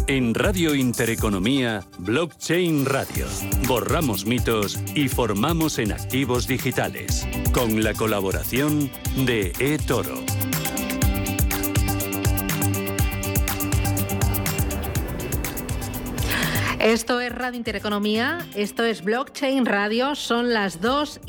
En Radio Intereconomía, Blockchain Radio. Borramos mitos y formamos en activos digitales. Con la colaboración de eToro. Esto es Radio Intereconomía, esto es Blockchain Radio, son las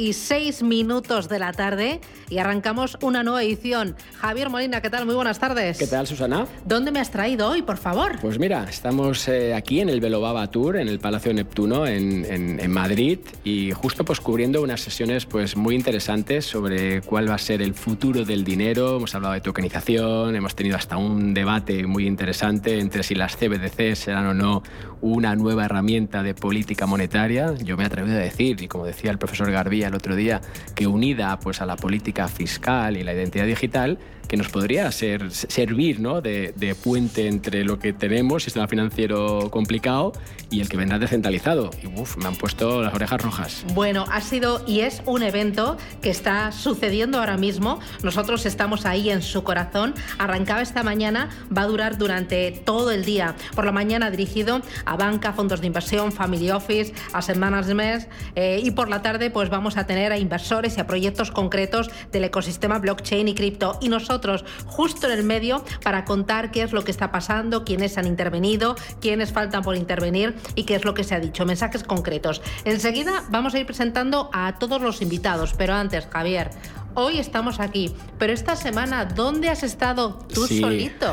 2:06 de la tarde y arrancamos una nueva edición. Javier Molina, ¿qué tal? Muy buenas tardes. ¿Qué tal, Susana? ¿Dónde me has traído hoy, por favor? Pues mira, estamos aquí en el Velobaba Tour, en el Palacio Neptuno, en Madrid, y justo pues cubriendo unas sesiones pues muy interesantes sobre cuál va a ser el futuro del dinero. Hemos hablado de tokenización, hemos tenido hasta un debate muy interesante entre si las CBDC serán o no una nueva herramienta de política monetaria. Yo me he atrevido a decir, y como decía el profesor Garbía el otro día, que unida pues a la política fiscal y la identidad digital, que nos podría servir, ¿no?, de puente entre lo que tenemos, sistema financiero complicado, y el que vendrá descentralizado. Y me han puesto las orejas rojas. Bueno, ha sido y es un evento que está sucediendo ahora mismo. Nosotros estamos ahí en su corazón. Arrancaba esta mañana, va a durar durante todo el día. Por la mañana dirigido a banca, fondos de inversión, family office, asset management, y por la tarde pues vamos a tener a inversores y a proyectos concretos del ecosistema blockchain y cripto. Y nosotros justo en el medio para contar qué es lo que está pasando, quiénes han intervenido, quiénes faltan por intervenir y qué es lo que se ha dicho, mensajes concretos. Enseguida vamos a ir presentando a todos los invitados, pero antes, Javier, hoy estamos aquí, pero esta semana, ¿dónde has estado tú solito?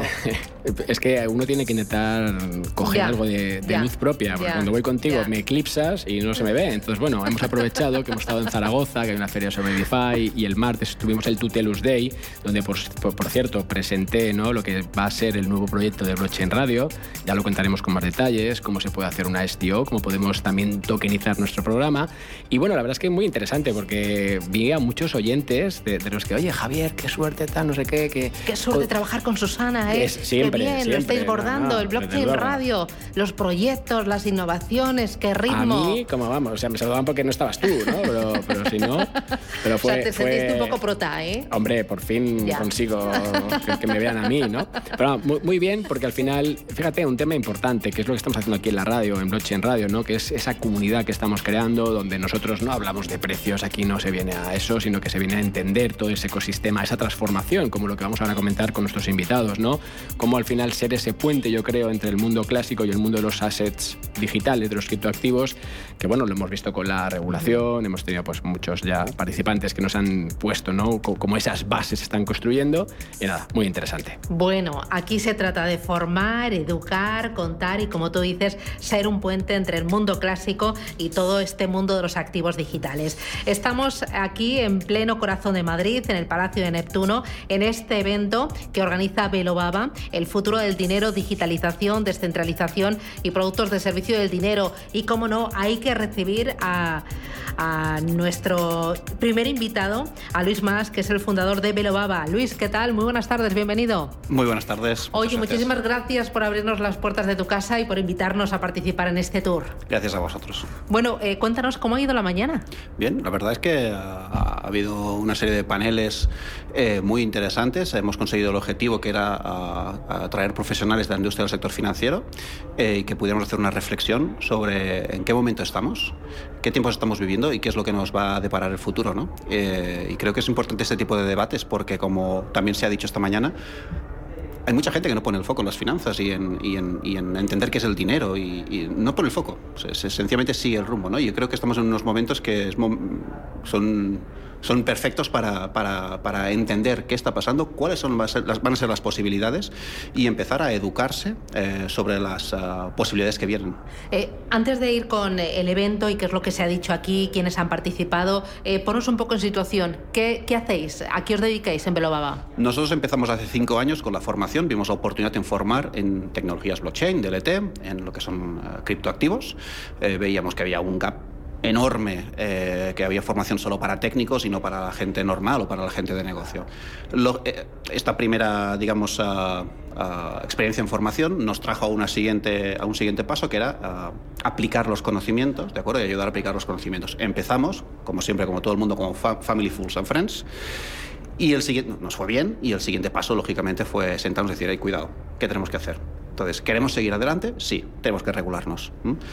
Es que uno tiene que intentar coger algo de luz propia, porque cuando voy contigo me eclipsas y no se me ve. Entonces, bueno, hemos aprovechado que hemos estado en Zaragoza, que hay una feria sobre DeFi, y el martes tuvimos el Tutelus Day, donde, por cierto, presenté, ¿no?, lo que va a ser el nuevo proyecto de Blockchain Radio. Ya lo contaremos con más detalles, cómo se puede hacer una STO, cómo podemos también tokenizar nuestro programa. Y bueno, la verdad es que es muy interesante, porque vi a muchos oyentes de los que, oye, Javier, qué suerte, tal, no sé qué. Qué suerte trabajar con Susana, ¿eh? Siempre, qué bien, siempre, lo estáis bordando, el Blockchain Radio, los proyectos, las innovaciones, qué ritmo. A mí, ¿cómo vamos? O sea, me saludaban porque no estabas tú, ¿no? Pero si no... Pero fue, o sea, te sentiste un poco prota, ¿eh? Hombre, por fin consigo que me vean a mí, ¿no? Pero muy bien, porque al final, fíjate, un tema importante, que es lo que estamos haciendo aquí en la radio, en Blockchain Radio, ¿no?, que es esa comunidad que estamos creando, donde nosotros no hablamos de precios, aquí no se viene a eso, sino que se viene a entender todo ese ecosistema, esa transformación, como lo que vamos ahora a comentar con nuestros invitados, ¿no? Cómo al final ser ese puente, yo creo, entre el mundo clásico y el mundo de los assets digitales, de los criptoactivos, que bueno, lo hemos visto con la regulación, hemos tenido pues muchos ya participantes que nos han puesto, ¿no?, cómo esas bases se están construyendo, y nada, muy interesante. Bueno, aquí se trata de formar, educar, contar y, como tú dices, ser un puente entre el mundo clásico y todo este mundo de los activos digitales. Estamos aquí en pleno corazón de Madrid, en el Palacio de Neptuno, en este evento que organiza Velobaba, el futuro del dinero, digitalización, descentralización y productos de servicio del dinero. Y cómo no, hay que recibir a nuestro primer invitado, a Luis Mas, que es el fundador de Velobaba. Luis, ¿qué tal? Muy buenas tardes, bienvenido. Muy buenas tardes. Oye, muchísimas gracias por abrirnos las puertas de tu casa y por invitarnos a participar en este tour. Gracias a vosotros. Bueno, cuéntanos cómo ha ido la mañana. Bien, la verdad es que ha habido una serie de paneles muy interesantes. Hemos conseguido el objetivo, que era atraer profesionales de la industria del sector financiero y que pudiéramos hacer una reflexión sobre en qué momento estamos, qué tiempos estamos viviendo y qué es lo que nos va a deparar el futuro, ¿no? Y creo que es importante este tipo de debates porque, como también se ha dicho esta mañana, hay mucha gente que no pone el foco en las finanzas y en entender qué es el dinero y no pone el foco. Sencillamente sigue el rumbo, ¿no? Yo creo que estamos en unos momentos que son perfectos para entender qué está pasando, cuáles van a ser las posibilidades y empezar a educarse sobre las posibilidades que vienen. Antes de ir con el evento y qué es lo que se ha dicho aquí, quiénes han participado, ponos un poco en situación. ¿Qué hacéis? ¿A qué os dedicáis en Velobaba? Nosotros empezamos hace 5 años con la formación. Vimos la oportunidad de formar en tecnologías blockchain, DLT, en lo que son criptoactivos. Veíamos que había un gap enorme, que había formación solo para técnicos y no para la gente normal o para la gente de negocio. Esta primera, digamos, experiencia en formación nos trajo a un siguiente paso, que era aplicar los conocimientos, ¿de acuerdo? Y ayudar a aplicar los conocimientos. Empezamos, como siempre, como todo el mundo, como Family, Fools and Friends. Y el siguiente nos fue bien, y el siguiente paso, lógicamente, fue sentarnos y decir, cuidado, ¿qué tenemos que hacer? Entonces, ¿queremos seguir adelante? Sí, tenemos que regularnos.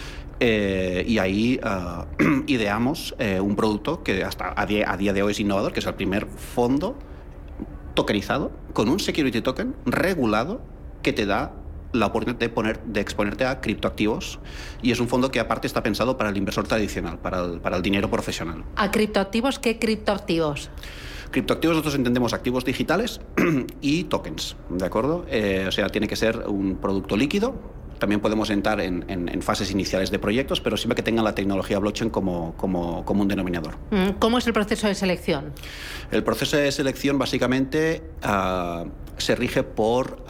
Y ahí ideamos un producto que hasta a día de hoy es innovador, que es el primer fondo tokenizado con un security token regulado que te da la oportunidad de exponerte a criptoactivos, y es un fondo que aparte está pensado para el inversor tradicional, para el dinero profesional. ¿A criptoactivos? ¿Qué criptoactivos? Criptoactivos nosotros entendemos activos digitales y tokens, ¿de acuerdo? O sea, tiene que ser un producto líquido. También podemos entrar en fases iniciales de proyectos, pero siempre que tengan la tecnología blockchain como un denominador. ¿Cómo es el proceso de selección? El proceso de selección básicamente se rige por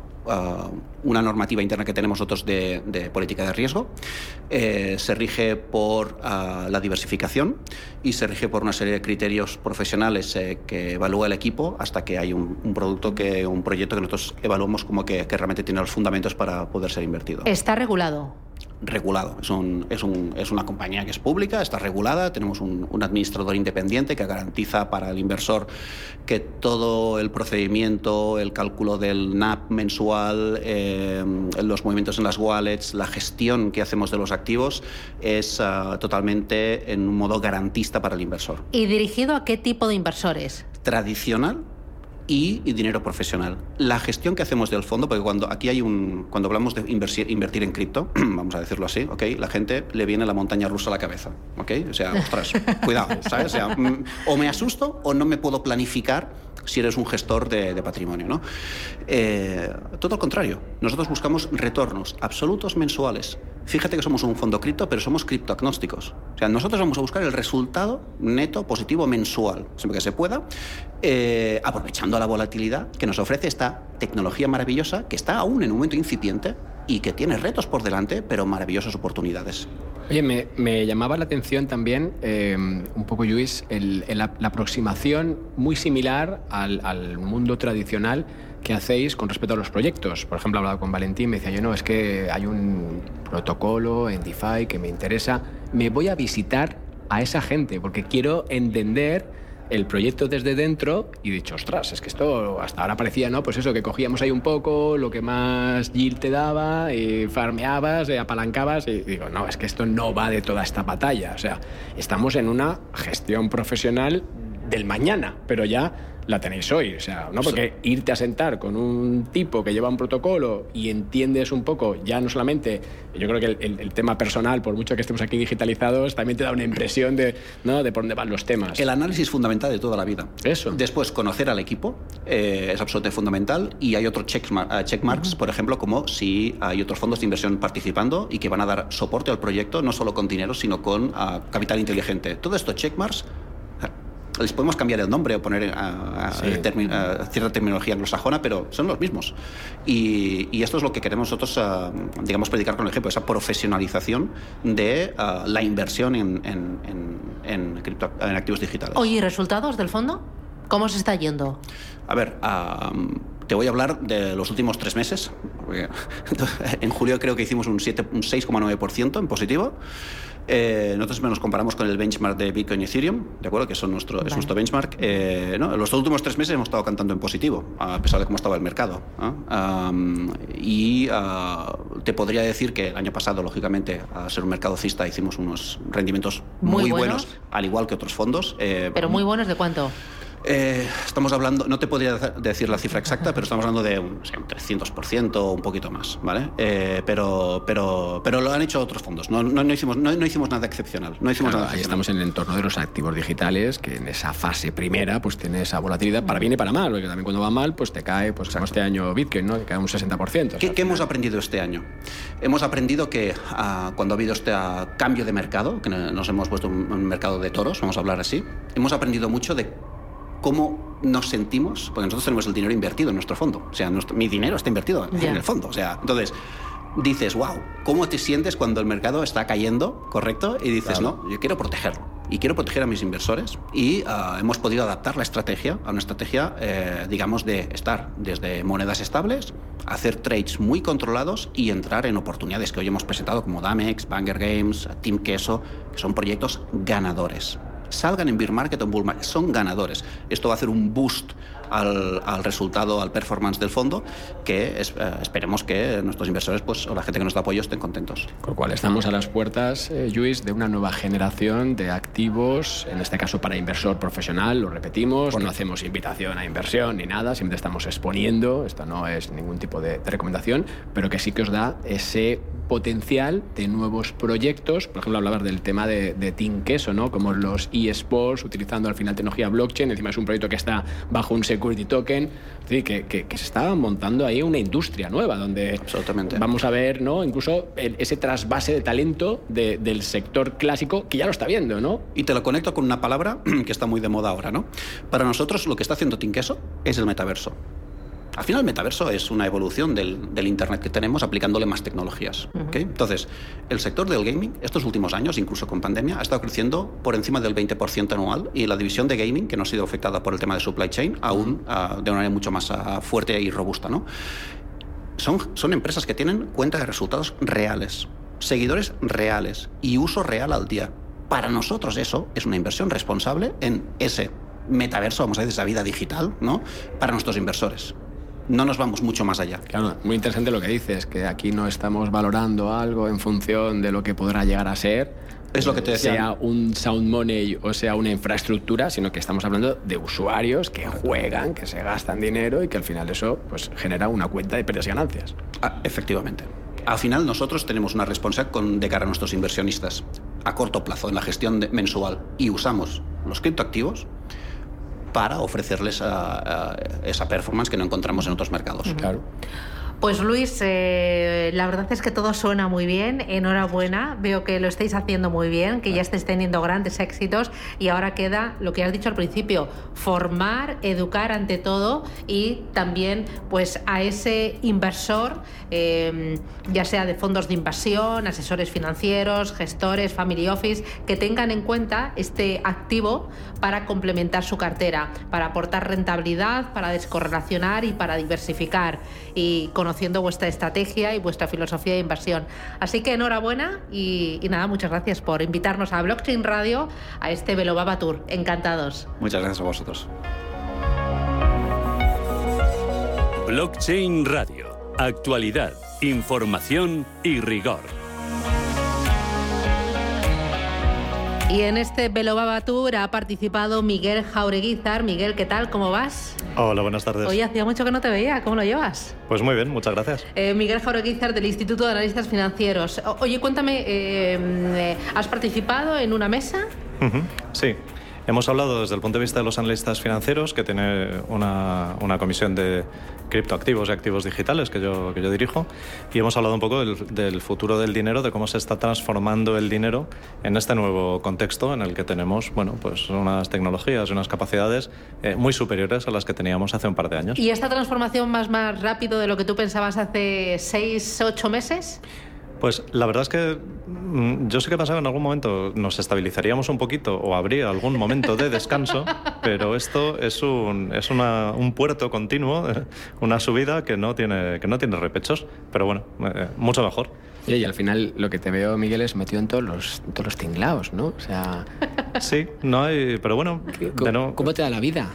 una normativa interna que tenemos nosotros de política de riesgo, se rige por la diversificación y se rige por una serie de criterios profesionales que evalúa el equipo hasta que hay un proyecto que nosotros evaluamos como que realmente tiene los fundamentos para poder ser invertido. ¿Está regulado? Regulado. Es una compañía que es pública, está regulada, tenemos un administrador independiente que garantiza para el inversor que todo el procedimiento, el cálculo del NAV mensual, los movimientos en las wallets, la gestión que hacemos de los activos es totalmente en un modo garantista para el inversor. ¿Y dirigido a qué tipo de inversores? Tradicional y dinero profesional. La gestión que hacemos del fondo, porque cuando hablamos de invertir en cripto, vamos a decirlo así, ¿ok? La gente le viene la montaña rusa a la cabeza, ¿ok? O sea, ostras, cuidado, ¿sabes? O sea, o me asusto o no me puedo planificar si eres un gestor de patrimonio, ¿no? Todo al contrario. Nosotros buscamos retornos absolutos mensuales. Fíjate que somos un fondo cripto, pero somos criptoagnósticos. O sea, nosotros vamos a buscar el resultado neto positivo mensual, siempre que se pueda, aprovechando la volatilidad que nos ofrece esta tecnología maravillosa que está aún en un momento incipiente y que tiene retos por delante, pero maravillosas oportunidades. Oye, me llamaba la atención también, un poco, Lluís, la aproximación muy similar al mundo tradicional que hacéis con respecto a los proyectos. Por ejemplo, he hablado con Valentín, me decía, yo no, es que hay un protocolo en DeFi que me interesa, me voy a visitar a esa gente porque quiero entender el proyecto desde dentro, y he dicho, ostras, es que esto hasta ahora parecía, ¿no? Pues eso, que cogíamos ahí un poco, lo que más yield te daba, y farmeabas, apalancabas, y digo, no, es que esto no va de toda esta batalla. O sea, estamos en una gestión profesional del mañana, pero ya la tenéis hoy, o sea, ¿no? Porque irte a sentar con un tipo que lleva un protocolo y entiendes un poco, ya no solamente, yo creo que el tema personal, por mucho que estemos aquí digitalizados, también te da una impresión de, ¿no?, de por dónde van los temas. El análisis fundamental de toda la vida. Eso. Después, conocer al equipo es absolutamente fundamental, y hay otros checkmarks, por ejemplo, como si hay otros fondos de inversión participando y que van a dar soporte al proyecto, no solo con dinero, sino con capital inteligente. Todos estos checkmarks les podemos cambiar el nombre o poner cierta terminología anglosajona, pero son los mismos. Y esto es lo que queremos nosotros, digamos, predicar con el ejemplo, esa profesionalización de la inversión en activos digitales. Oye, ¿y resultados del fondo? ¿Cómo se está yendo? A ver, te voy a hablar de los últimos 3 meses. En julio creo que hicimos un 6,9% en positivo. Nosotros nos comparamos con el benchmark de Bitcoin y Ethereum, ¿de acuerdo? Que es nuestro benchmark. ¿No? En los últimos 3 meses hemos estado cantando en positivo, a pesar de cómo estaba el mercado, ¿no? Te podría decir que el año pasado, lógicamente, a ser un mercado cista, hicimos unos rendimientos muy buenos, al igual que otros fondos. ¿Pero muy buenos de cuánto? Estamos hablando, no te podría decir la cifra exacta, pero estamos hablando de un 300% o un poquito más, ¿vale? Pero lo han hecho otros fondos. No hicimos nada excepcional. Ahí estamos en el entorno de los activos digitales, que en esa fase primera pues tiene esa volatilidad para bien y para mal, porque también cuando va mal pues te cae, pues como este año Bitcoin, ¿no? Que cae un 60%. ¿Qué hemos aprendido este año? Hemos aprendido que cuando ha habido este cambio de mercado, que nos hemos puesto un mercado de toros, vamos a hablar así, hemos aprendido mucho de cómo nos sentimos, porque nosotros tenemos el dinero invertido en nuestro fondo. O sea, mi dinero está invertido en el fondo. O sea, entonces dices, wow, ¿cómo te sientes cuando el mercado está cayendo, correcto? Y dices, claro, no, yo quiero protegerlo. Y quiero proteger a mis inversores. Y hemos podido adaptar la estrategia a una estrategia, digamos, de estar desde monedas estables, hacer trades muy controlados y entrar en oportunidades que hoy hemos presentado como Damex, Banger Games, Team Queso, que son proyectos ganadores. salgan en bear market o en bull market, son ganadores. Esto va a hacer un boost al resultado, al performance del fondo, que esperemos que nuestros inversores o la gente que nos da apoyo estén contentos. Con lo cual estamos a las puertas, Lluís, de una nueva generación de activos, en este caso para inversor profesional, lo repetimos, no hacemos invitación a inversión ni nada, siempre estamos exponiendo, esto no es ningún tipo de recomendación, pero que sí que os da ese potencial de nuevos proyectos. Por ejemplo, hablabas del tema de Team Queso, ¿no? Como los eSports, utilizando al final tecnología blockchain. Encima es un proyecto que está bajo un security token. Es decir, que se está montando ahí una industria nueva donde vamos a ver, ¿no? Incluso ese trasvase de talento del sector clásico que ya lo está viendo, ¿no? Y te lo conecto con una palabra que está muy de moda ahora, ¿no? Para nosotros lo que está haciendo Team Queso es el metaverso. Al final el metaverso es una evolución del Internet que tenemos aplicándole más tecnologías. ¿Okay? Entonces, el sector del gaming, estos últimos años, incluso con pandemia, ha estado creciendo por encima del 20% anual, y la división de gaming, que no ha sido afectada por el tema de supply chain, aún de una manera mucho más fuerte y robusta, ¿no? Son empresas que tienen cuenta de resultados reales, seguidores reales y uso real al día. Para nosotros eso es una inversión responsable en ese metaverso, vamos a decir, esa vida digital, ¿no? Para nuestros inversores. No nos vamos mucho más allá. Claro, muy interesante lo que dices, que aquí no estamos valorando algo en función de lo que podrá llegar a ser, es lo que te decía, sea un sound money o sea una infraestructura, sino que estamos hablando de usuarios que juegan, que se gastan dinero y que al final eso pues genera una cuenta de pérdidas y ganancias. Efectivamente. Al final nosotros tenemos una responsabilidad de cara a nuestros inversionistas a corto plazo en la gestión mensual, y usamos los criptoactivos para ofrecerles esa performance que no encontramos en otros mercados. Claro. Pues Luis, la verdad es que todo suena muy bien, enhorabuena, veo que lo estáis haciendo muy bien, que ya estáis teniendo grandes éxitos, y ahora queda lo que has dicho al principio, formar, educar ante todo, y también pues a ese inversor, ya sea de fondos de inversión, asesores financieros, gestores, family office, que tengan en cuenta este activo para complementar su cartera, para aportar rentabilidad, para descorrelacionar y para diversificar, y conociendo vuestra estrategia y vuestra filosofía de inversión. Así que enhorabuena y nada, muchas gracias por invitarnos a Blockchain Radio, a este Velobaba Tour. Encantados. Muchas gracias a vosotros. Blockchain Radio. Actualidad, información y rigor. Y en este Velobaba Tour ha participado Miguel Jaureguizar. Miguel, ¿qué tal? ¿Cómo vas? Hola, buenas tardes. Oye, hacía mucho que no te veía. ¿Cómo lo llevas? Pues muy bien, muchas gracias. Miguel Jaureguizar, del Instituto de Analistas Financieros. Oye, cuéntame, ¿has participado en una mesa? Sí. Hemos hablado desde el punto de vista de los analistas financieros, que tiene una comisión de criptoactivos y activos digitales que yo dirijo, y hemos hablado un poco del futuro del dinero, de cómo se está transformando el dinero en este nuevo contexto en el que tenemos, bueno, pues unas tecnologías y unas capacidades muy superiores a las que teníamos hace un par de años. ¿Y esta transformación más rápido de lo que tú pensabas hace 6, 8 meses? Pues la verdad es que yo sí que pensaba que en algún momento nos estabilizaríamos un poquito o habría algún momento de descanso, pero esto es un puerto continuo, una subida que no tiene repechos, pero bueno, mucho mejor. Y al final lo que te veo, Miguel, es metido en todos los tinglaos, ¿no? O sea... Sí, no hay... Pero bueno... ¿Cómo te da la vida?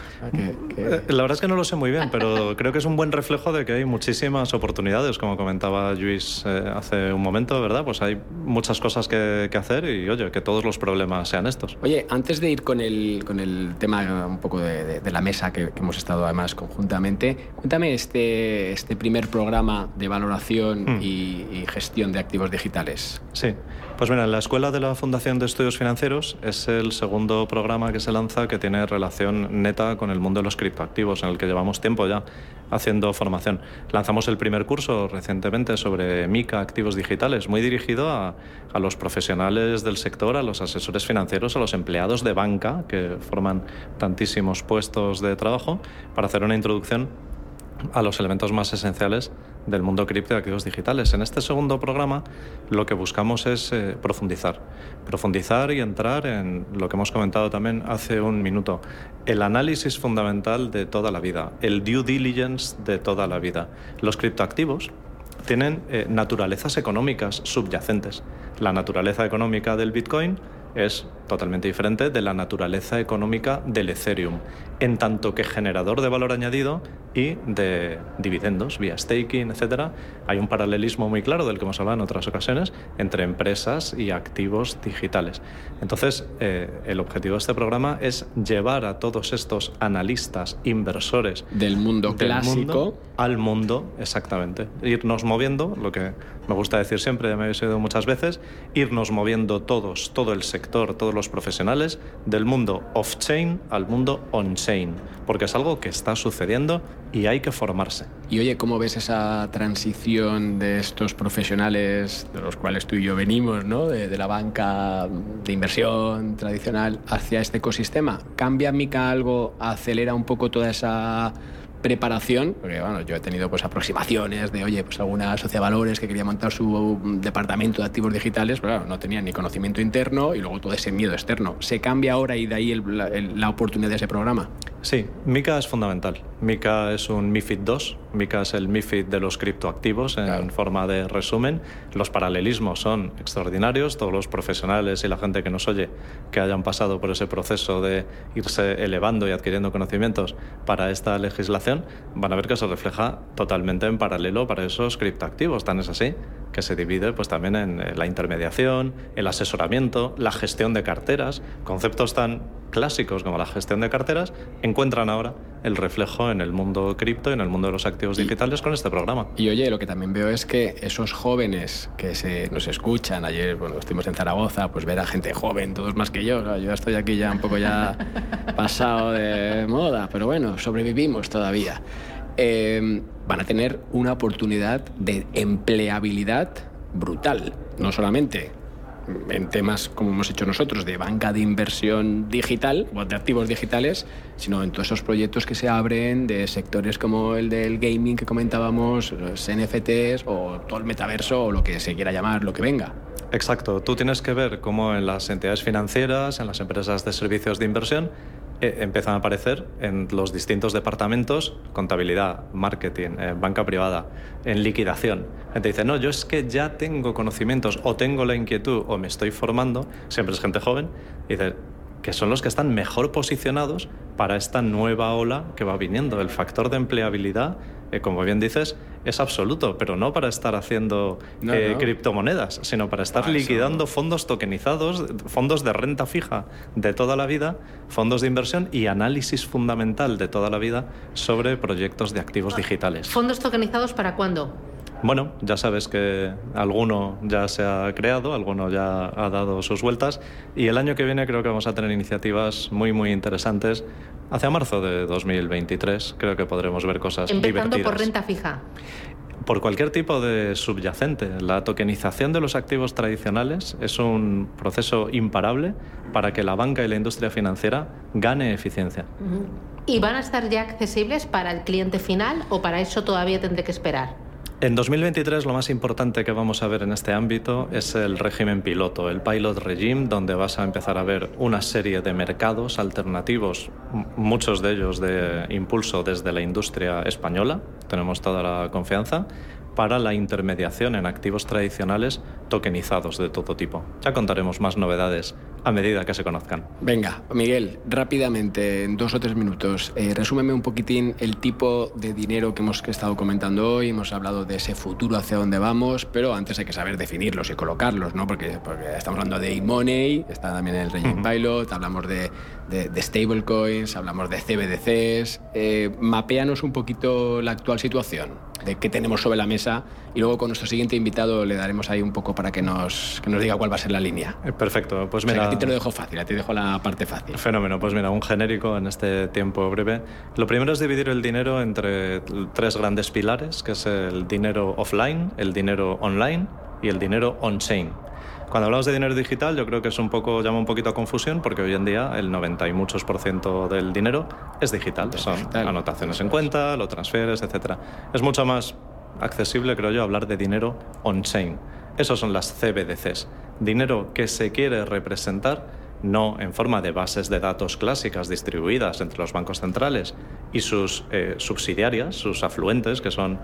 La verdad es que no lo sé muy bien, pero creo que es un buen reflejo de que hay muchísimas oportunidades, como comentaba Lluís hace un momento, ¿verdad? Pues hay muchas cosas que hacer y, oye, que todos los problemas sean estos. Oye, antes de ir con el tema un poco de la mesa que hemos estado además conjuntamente, cuéntame este primer programa de valoración y gestión de activos digitales. Sí, pues mira, la Escuela de la Fundación de Estudios Financieros es el segundo programa que se lanza que tiene relación neta con el mundo de los criptoactivos, en el que llevamos tiempo ya haciendo formación. Lanzamos el primer curso recientemente sobre MiCA, activos digitales, muy dirigido a los profesionales del sector, a los asesores financieros, a los empleados de banca, que forman tantísimos puestos de trabajo, para hacer una introducción a los elementos más esenciales del mundo cripto y activos digitales. En este segundo programa lo que buscamos es profundizar y entrar en lo que hemos comentado también hace un minuto, el análisis fundamental de toda la vida, el due diligence de toda la vida. Los criptoactivos tienen naturalezas económicas subyacentes. La naturaleza económica del Bitcoin es totalmente diferente de la naturaleza económica del Ethereum, en tanto que generador de valor añadido y de dividendos vía staking, etcétera. Hay un paralelismo muy claro del que hemos hablado en otras ocasiones entre empresas y activos digitales. Entonces, el objetivo de este programa es llevar a todos estos analistas, inversores del mundo clásico al mundo, exactamente. Irnos moviendo, lo que me gusta decir siempre, ya me habéis oído muchas veces, irnos moviendo todos, todo el sector, todos los profesionales, del mundo off-chain al mundo on-chain, porque es algo que está sucediendo y hay que formarse. Y oye, ¿cómo ves esa transición de estos profesionales, de los cuales tú y yo venimos, ¿no? de la banca de inversión tradicional, hacia este ecosistema? ¿Cambia, Mika, algo, acelera un poco toda esa preparación? Porque bueno, yo he tenido pues aproximaciones de, oye, pues alguna sociedad de valores que quería montar su departamento de activos digitales, pero claro, no tenía ni conocimiento interno y luego todo ese miedo externo. ¿Se cambia ahora y de ahí la oportunidad de ese programa? Sí, MiCA es fundamental. MiCA es un MiFID II. MiCA es el MiFID de los criptoactivos en forma de resumen. Los paralelismos son extraordinarios. Todos los profesionales y la gente que nos oye que hayan pasado por ese proceso de irse elevando y adquiriendo conocimientos para esta legislación van a ver que se refleja totalmente en paralelo para esos criptoactivos. Tan es así que se divide pues también en la intermediación, el asesoramiento, la gestión de carteras. Conceptos tan clásicos como la gestión de carteras encuentran ahora el reflejo en el mundo cripto y en el mundo de los activos digitales con este programa. Y oye, lo que también veo es que esos jóvenes que nos escuchan, ayer bueno, estuvimos en Zaragoza, pues ver a gente joven, todos más que yo, o sea, yo estoy aquí ya un poco ya pasado de moda, pero bueno, sobrevivimos todavía. Van a tener una oportunidad de empleabilidad brutal, no solamente en temas como hemos hecho nosotros de banca de inversión digital o de activos digitales, sino en todos esos proyectos que se abren de sectores como el del gaming que comentábamos, los NFTs o todo el metaverso o lo que se quiera llamar, lo que venga. Exacto, tú tienes que ver cómo en las entidades financieras, en las empresas de servicios de inversión, empiezan a aparecer en los distintos departamentos, contabilidad, marketing, banca privada, en liquidación. Gente dice, no, yo es que ya tengo conocimientos o tengo la inquietud o me estoy formando, siempre es gente joven, y dice que son los que están mejor posicionados para esta nueva ola que va viniendo. El factor de empleabilidad, como bien dices, es absoluto, pero no para estar haciendo criptomonedas, sino para estar liquidando fondos tokenizados, fondos de renta fija de toda la vida, fondos de inversión y análisis fundamental de toda la vida sobre proyectos de activos digitales. ¿Fondos tokenizados para cuándo? Bueno, ya sabes que alguno ya se ha creado, alguno ya ha dado sus vueltas y el año que viene creo que vamos a tener iniciativas muy, muy interesantes. Hacia marzo de 2023 creo que podremos ver cosas divertidas. Empezando por renta fija. Por cualquier tipo de subyacente. La tokenización de los activos tradicionales es un proceso imparable para que la banca y la industria financiera gane eficiencia. ¿Y van a estar ya accesibles para el cliente final o para eso todavía tendré que esperar? En 2023 lo más importante que vamos a ver en este ámbito es el régimen piloto, el pilot regime, donde vas a empezar a ver una serie de mercados alternativos, muchos de ellos de impulso desde la industria española, tenemos toda la confianza, para la intermediación en activos tradicionales tokenizados de todo tipo. Ya contaremos más novedades a medida que se conozcan. Venga, Miguel, rápidamente, en 2 o 3 minutos, resúmeme un poquitín el tipo de dinero que hemos estado comentando hoy. Hemos hablado de ese futuro hacia dónde vamos, pero antes hay que saber definirlos y colocarlos, ¿no? Porque estamos hablando de e-money, está también el Regime Pilot, hablamos de stablecoins, hablamos de CBDCs. Mapéanos un poquito la actual situación de qué tenemos sobre la mesa y luego con nuestro siguiente invitado le daremos ahí un poco para que nos diga cuál va a ser la línea. Perfecto, pues mira... O sea, a ti te lo dejo fácil, a ti te dejo la parte fácil. Fenómeno, pues mira, un genérico en este tiempo breve. Lo primero es dividir el dinero entre 3 grandes pilares, que es el dinero offline, el dinero online y el dinero on-chain. Cuando hablamos de dinero digital, yo creo que llama un poquito a confusión, porque hoy en día el 90 y muchos % del dinero es digital. Son anotaciones en cuenta, lo transfieres, etc. Es mucho más accesible, creo yo, hablar de dinero on-chain. Esos son las CBDCs. Dinero que se quiere representar no en forma de bases de datos clásicas distribuidas entre los bancos centrales y sus subsidiarias, sus afluentes, que son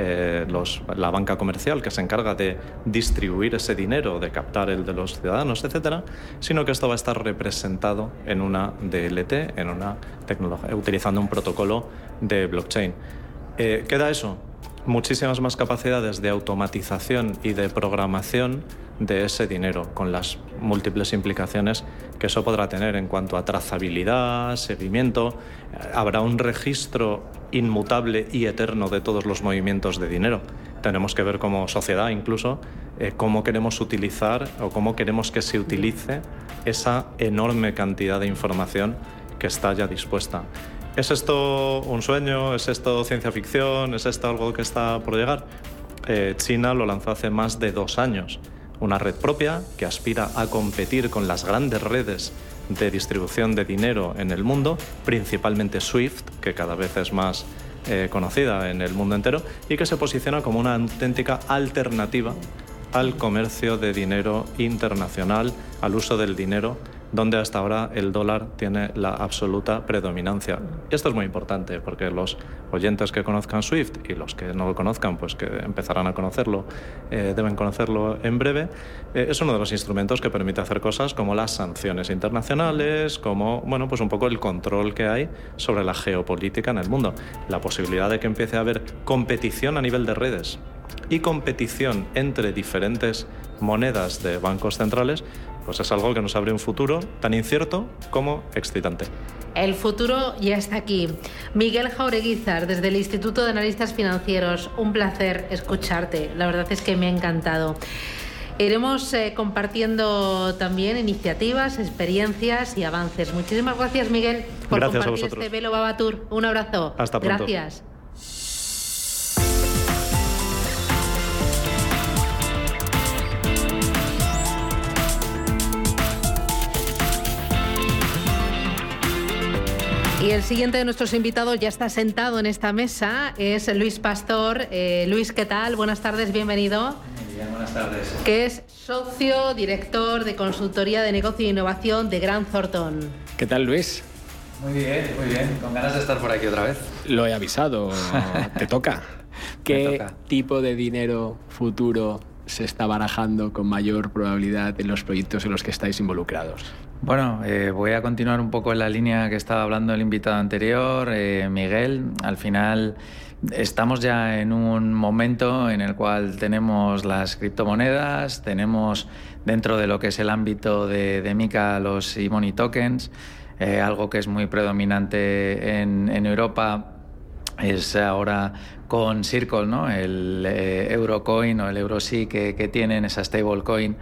la banca comercial que se encarga de distribuir ese dinero, de captar el de los ciudadanos, etcétera, sino que esto va a estar representado en una DLT, en una tecnología, utilizando un protocolo de blockchain. ¿Qué da eso? Muchísimas más capacidades de automatización y de programación de ese dinero, con las múltiples implicaciones que eso podrá tener en cuanto a trazabilidad, seguimiento. Habrá un registro inmutable y eterno de todos los movimientos de dinero. Tenemos que ver como sociedad incluso cómo queremos utilizar o cómo queremos que se utilice esa enorme cantidad de información que está ya dispuesta. ¿Es esto un sueño? ¿Es esto ciencia ficción? ¿Es esto algo que está por llegar? China lo lanzó hace más de 2 años. Una red propia que aspira a competir con las grandes redes de distribución de dinero en el mundo, principalmente SWIFT, que cada vez es más conocida en el mundo entero, y que se posiciona como una auténtica alternativa al comercio de dinero internacional, al uso del dinero, donde hasta ahora el dólar tiene la absoluta predominancia. Y esto es muy importante porque los oyentes que conozcan SWIFT y los que no lo conozcan, pues que empezarán a conocerlo, deben conocerlo en breve, es uno de los instrumentos que permite hacer cosas como las sanciones internacionales, como, bueno, pues un poco el control que hay sobre la geopolítica en el mundo. La posibilidad de que empiece a haber competición a nivel de redes y competición entre diferentes monedas de bancos centrales, pues es algo que nos abre un futuro tan incierto como excitante. El futuro ya está aquí. Miguel Jaureguizar, desde el Instituto de Analistas Financieros, un placer escucharte. La verdad es que me ha encantado. Iremos compartiendo también iniciativas, experiencias y avances. Muchísimas gracias, Miguel, por compartir este Velobaba Tour. Un abrazo. Hasta pronto. Gracias. Y el siguiente de nuestros invitados ya está sentado en esta mesa, es Luis Pastor. Luis, ¿qué tal? Buenas tardes, bienvenido. Muy bien, buenas tardes. Que es socio director de consultoría de negocio e innovación de Grant Thornton. ¿Qué tal, Luis? Muy bien. Con ganas de estar por aquí otra vez. Lo he avisado, te toca. ¿Qué tipo de dinero futuro se está barajando con mayor probabilidad en los proyectos en los que estáis involucrados? Bueno, voy a continuar un poco en la línea que estaba hablando el invitado anterior, Miguel. Al final estamos ya en un momento en el cual tenemos las criptomonedas, tenemos dentro de lo que es el ámbito de MiCA los e-money tokens, algo que es muy predominante en Europa. Es ahora con Circle, ¿no? El Eurocoin o el EuroSea que tienen esa stablecoin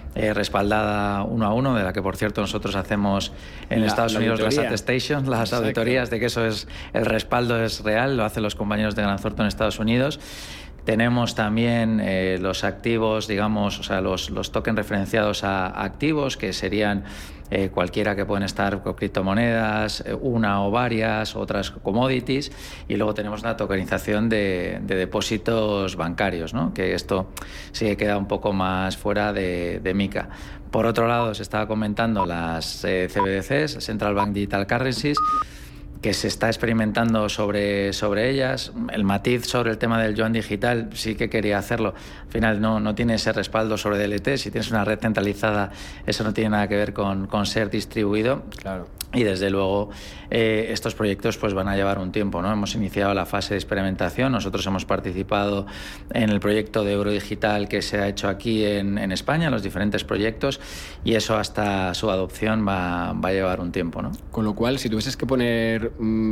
respaldada 1 a 1, de la que por cierto nosotros hacemos en Estados Unidos las attestations, las auditorías de que eso es, el respaldo es real, lo hacen los compañeros de Grant Thornton en Estados Unidos. Tenemos también los activos, digamos, o sea, los tokens referenciados a activos, que serían cualquiera que pueden estar con criptomonedas, una o varias, otras commodities, y luego tenemos una tokenización de depósitos bancarios, ¿no? Que esto sí que queda un poco más fuera de MiCA. Por otro lado, se estaba comentando las CBDCs, Central Bank Digital Currencies, que se está experimentando sobre ellas. El matiz sobre el tema del yuan digital sí que quería hacerlo. Al final no tiene ese respaldo sobre DLT. Si tienes una red centralizada, eso no tiene nada que ver con ser distribuido. Claro. Y desde luego estos proyectos pues van a llevar un tiempo, ¿no? Hemos iniciado la fase de experimentación. Nosotros hemos participado en el proyecto de euro digital que se ha hecho aquí en España, los diferentes proyectos, y eso hasta su adopción va a llevar un tiempo, ¿no? Con lo cual, si tuvieses que poner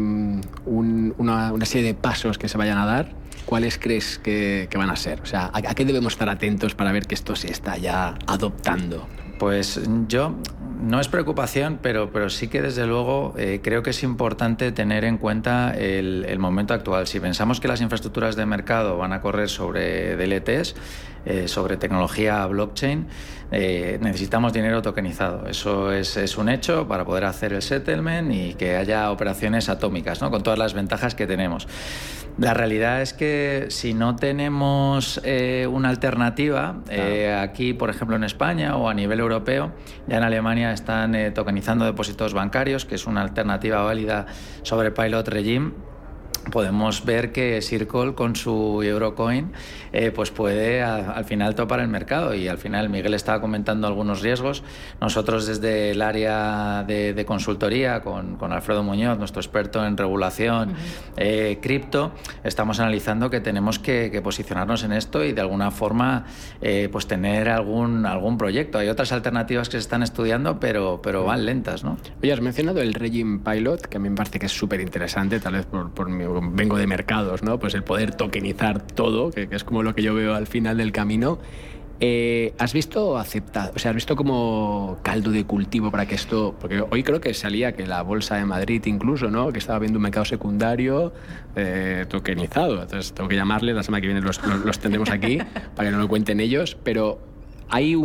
una serie de pasos que se vayan a dar, ¿cuáles crees que van a ser? O sea, ¿a qué debemos estar atentos para ver que esto se está ya adoptando? Pues no es preocupación, pero sí que desde luego creo que es importante tener en cuenta el momento actual. Si pensamos que las infraestructuras de mercado van a correr sobre DLTs, sobre tecnología blockchain, necesitamos dinero tokenizado. Eso es un hecho para poder hacer el settlement y que haya operaciones atómicas, ¿no? Con todas las ventajas que tenemos. La realidad es que si no tenemos una alternativa, aquí, por ejemplo, en España o a nivel europeo, ya en Alemania están tokenizando depósitos bancarios, que es una alternativa válida sobre Pilot Regime. podemos ver que Circle con su Eurocoin pues puede al final topar el mercado, y al final Miguel estaba comentando algunos riesgos. Nosotros desde el área de consultoría con Alfredo Muñoz, nuestro experto en regulación cripto, estamos analizando que tenemos que posicionarnos en esto y de alguna forma pues tener algún proyecto. Hay otras alternativas que se están estudiando, pero van lentas, ¿no? Oye, has mencionado el Regime Pilot, que a mí me parece que es súper interesante, tal vez por vengo de mercados, ¿no? Pues el poder tokenizar todo, que es como lo que yo veo al final del camino. ¿Has visto has visto como caldo de cultivo para que esto, porque hoy creo que salía que la Bolsa de Madrid incluso, ¿no? Que estaba viendo un mercado secundario tokenizado, entonces tengo que llamarles, la semana que viene los tendremos aquí para que nos lo cuenten ellos, pero ¿hay